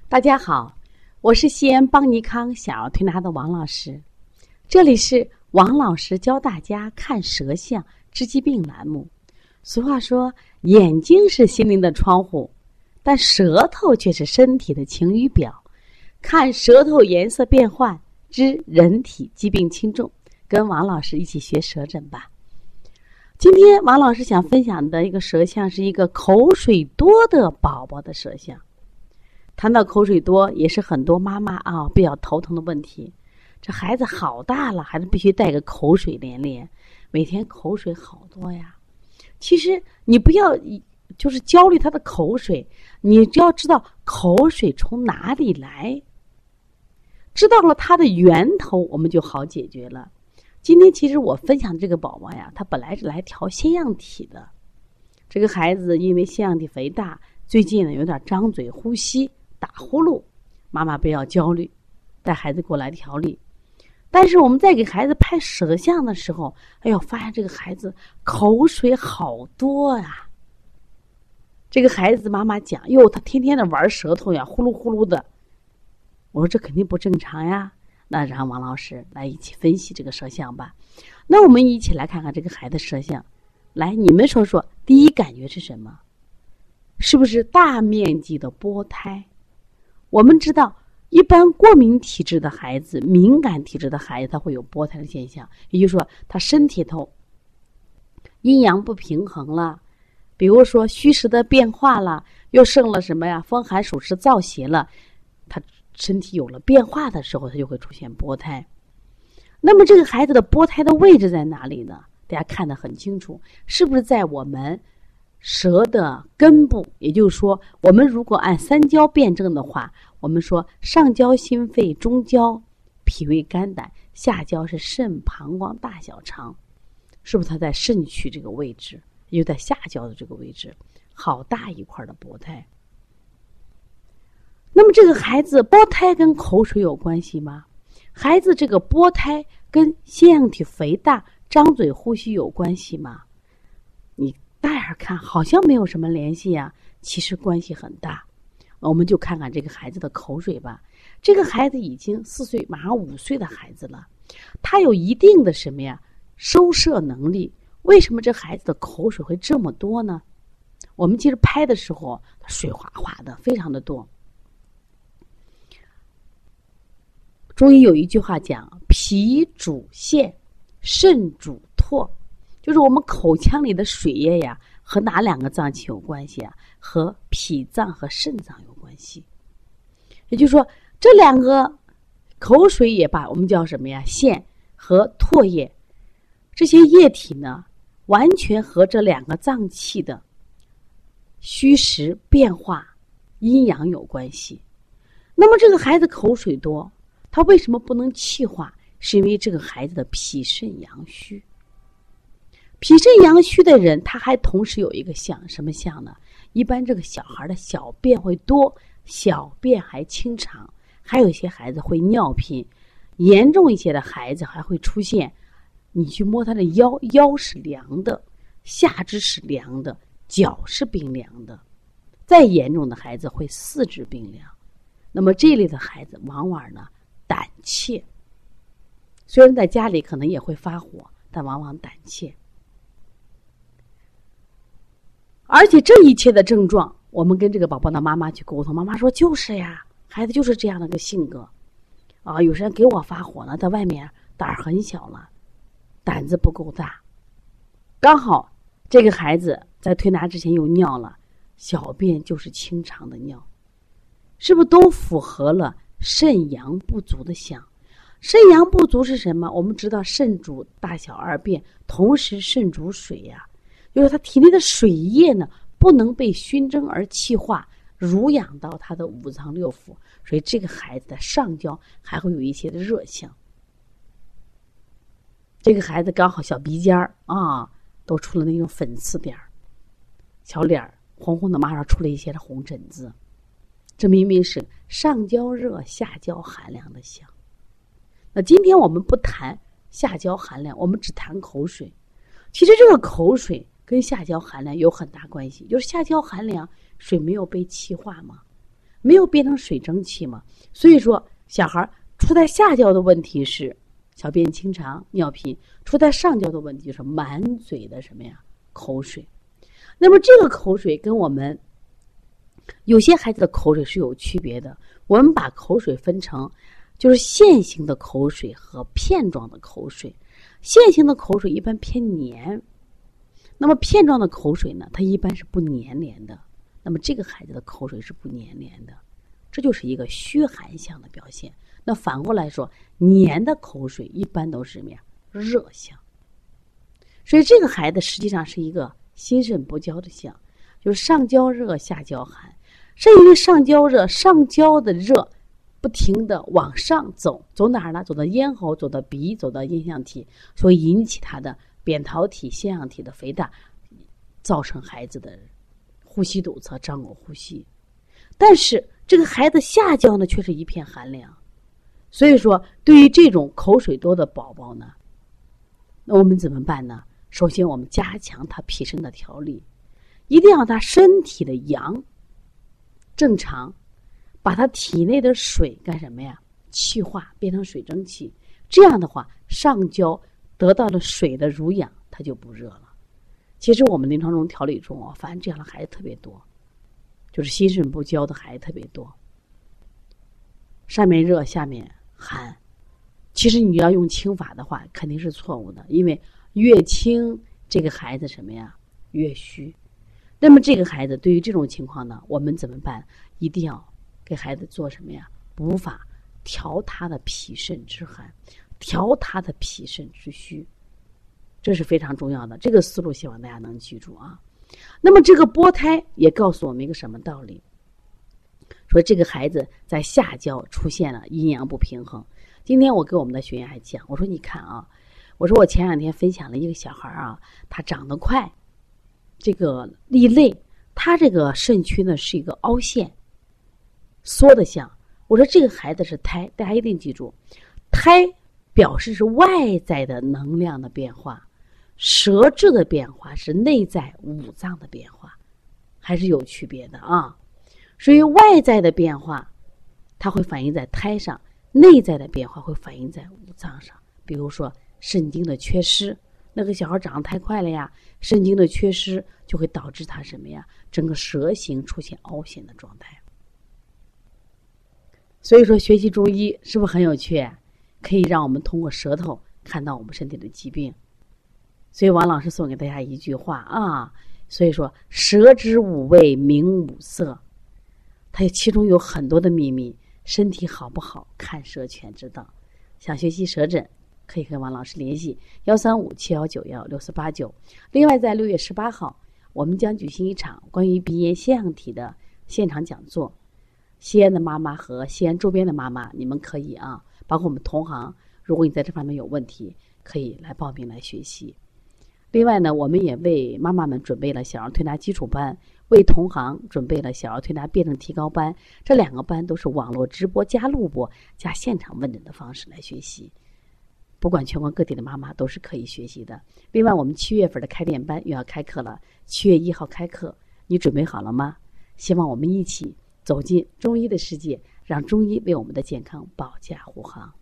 大家好，我是西安邦尼康小儿推拿的王老师，这里是王老师教大家看舌象治疾病栏目。俗话说，眼睛是心灵的窗户，但舌头却是身体的晴雨表。看舌头颜色变换，知人体疾病轻重。跟王老师一起学舌诊吧。今天王老师想分享的一个舌象是一个口水多的宝宝的舌象。谈到口水多，也是很多妈妈比较头疼的问题。这孩子好大了，还是必须带个口水连连，每天口水好多呀。其实你不要就是焦虑他的口水，你只要知道口水从哪里来，知道了它的源头，我们就好解决了。今天其实我分享这个宝宝呀，他本来是来调腺样体的。这个孩子因为腺样体肥大，最近呢有点张嘴呼吸打呼噜，妈妈不要焦虑，带孩子过来调理。但是我们在给孩子拍舌象的时候，发现这个孩子口水好多呀。这个孩子妈妈讲，他天天的玩舌头呀，呼噜呼噜的。我说这肯定不正常呀。那让王老师来一起分析这个舌象吧。那我们一起来看看这个孩子舌象。来，你们说说，第一感觉是什么？是不是大面积的波胎？我们知道，一般过敏体质的孩子、敏感体质的孩子，他会有波胎的现象，也就是说，他身体头阴阳不平衡了，比如说虚实的变化了，又生了什么呀？风寒暑湿燥邪了，他身体有了变化的时候，他就会出现波胎。那么这个孩子的波胎的位置在哪里呢？大家看得很清楚，是不是在我们舌的根部？也就是说，我们如果按三焦辩证的话，我们说上焦心肺，中焦脾胃肝胆，下焦是肾膀胱大小肠，是不是它在肾区这个位置，也就在下焦的这个位置，好大一块的波胎。那么这个孩子波胎跟口水有关系吗？孩子这个波胎跟腺样体肥大、张嘴呼吸有关系吗？你大眼看好像没有什么联系呀，其实关系很大。我们就看看这个孩子的口水吧。这个孩子已经4岁，马上5岁的孩子了，他有一定的什么呀？收摄能力。为什么这孩子的口水会这么多呢？我们其实拍的时候，水滑滑的，非常的多。中医有一句话讲，脾主腺，肾主唾，就是我们口腔里的水液呀，和哪两个脏器有关系啊？和脾脏和肾脏有关系。也就是说，这两个口水也把我们叫什么呀？腺和唾液，这些液体呢，完全和这两个脏器的虚实变化、阴阳有关系。那么这个孩子口水多，他为什么不能气化？是因为这个孩子的脾肾阳虚。脾肾阳虚的人，他还同时有一个象，什么象呢？一般这个小孩的小便会多，小便还清长，还有一些孩子会尿频，严重一些的孩子还会出现，你去摸他的腰，腰是凉的，下肢是凉的，脚是冰凉的，再严重的孩子会四肢冰凉。那么这类的孩子往往呢胆怯，虽然在家里可能也会发火，但往往胆怯。而且这一切的症状，我们跟这个宝宝的妈妈去沟通，妈妈说就是呀，孩子就是这样的个性格有时间给我发火呢，在外面胆儿很小了，胆子不够大。刚好这个孩子在推拿之前又尿了，小便就是清长的尿，是不是都符合了肾阳不足的象？肾阳不足是什么？我们知道肾主大小二便，同时肾主水呀，就是他体内的水液呢不能被熏蒸而气化，濡养到他的五脏六腑，所以这个孩子的上焦还会有一些的热象。这个孩子刚好小鼻尖都出了那种粉刺点，小脸红红的，马上出了一些的红疹子，这明明是上焦热下焦寒凉的象。那今天我们不谈下焦寒凉，我们只谈口水。其实这个口水跟下焦寒凉有很大关系，就是下焦寒凉，水没有被气化嘛， 没有变成水蒸气嘛。所以说小孩处在下焦的问题是小便清长、尿频；处在上焦的问题是满嘴的什么呀？口水。那么这个口水跟我们有些孩子的口水是有区别的。我们把口水分成就是线性的口水和片状的口水。线性的口水一般偏黏，那么片状的口水呢，它一般是不黏连的。那么这个孩子的口水是不黏连的，这就是一个虚寒象的表现。那反过来说，黏的口水一般都是什么呀？热象。所以这个孩子实际上是一个心肾不交的象，就是上焦热下焦寒。是因为上焦热，上焦的热不停的往上走，走哪儿呢？走到咽喉，走到鼻，走到咽象体，所以引起他的扁桃体、腺样体的肥大，造成孩子的呼吸堵塞、张口呼吸。但是这个孩子下焦呢，却是一片寒凉。所以说，对于这种口水多的宝宝呢，那我们怎么办呢？首先，我们加强他脾肾的调理，一定要他身体的阳正常，把他体内的水干什么呀？气化，变成水蒸气。这样的话，上焦得到了水的濡养，它就不热了。其实我们临床中调理中，我发现这样的孩子特别多，就是心肾不交的孩子特别多。上面热，下面寒。其实你要用清法的话，肯定是错误的，因为越清，这个孩子什么呀？越虚。那么这个孩子对于这种情况呢，我们怎么办？一定要给孩子做什么呀？补法，调他的脾肾之寒，调他的脾肾之虚，这是非常重要的。这个思路希望大家能记住啊。那么这个波胎也告诉我们一个什么道理？说这个孩子在下焦出现了阴阳不平衡。今天我给我们的学员还讲，我说你看啊，我说我前2天分享了一个小孩啊，他长得快，这个利肋，他这个肾区呢是一个凹陷缩的象。我说这个孩子是胎，大家一定记住，胎表示是外在的能量的变化，舌质的变化是内在五脏的变化，还是有区别的啊。所以外在的变化它会反映在胎上，内在的变化会反映在五脏上。比如说肾精的缺失，那个小孩长得太快了呀，肾精的缺失就会导致他什么呀？整个舌形出现凹陷的状态。所以说学习中医是不是很有趣？可以让我们通过舌头看到我们身体的疾病。所以王老师送给大家一句话啊，所以说舌之五味名五色，它其中有很多的秘密，身体好不好看舌全知道。想学习舌诊可以和王老师联系13571916489。另外在6月18号我们将举行一场关于鼻炎腺样体的现场讲座，西安的妈妈和西安周边的妈妈，你们可以啊，包括我们同行，如果你在这方面有问题，可以来报名来学习。另外呢，我们也为妈妈们准备了小儿推拿基础班，为同行准备了小儿推拿辩证提高班，这2个班都是网络直播加录播加现场问诊的方式来学习，不管全国各地的妈妈都是可以学习的。另外我们7月份的开店班又要开课了，7月1号开课，你准备好了吗？希望我们一起走进中医的世界，让中医为我们的健康保驾护航。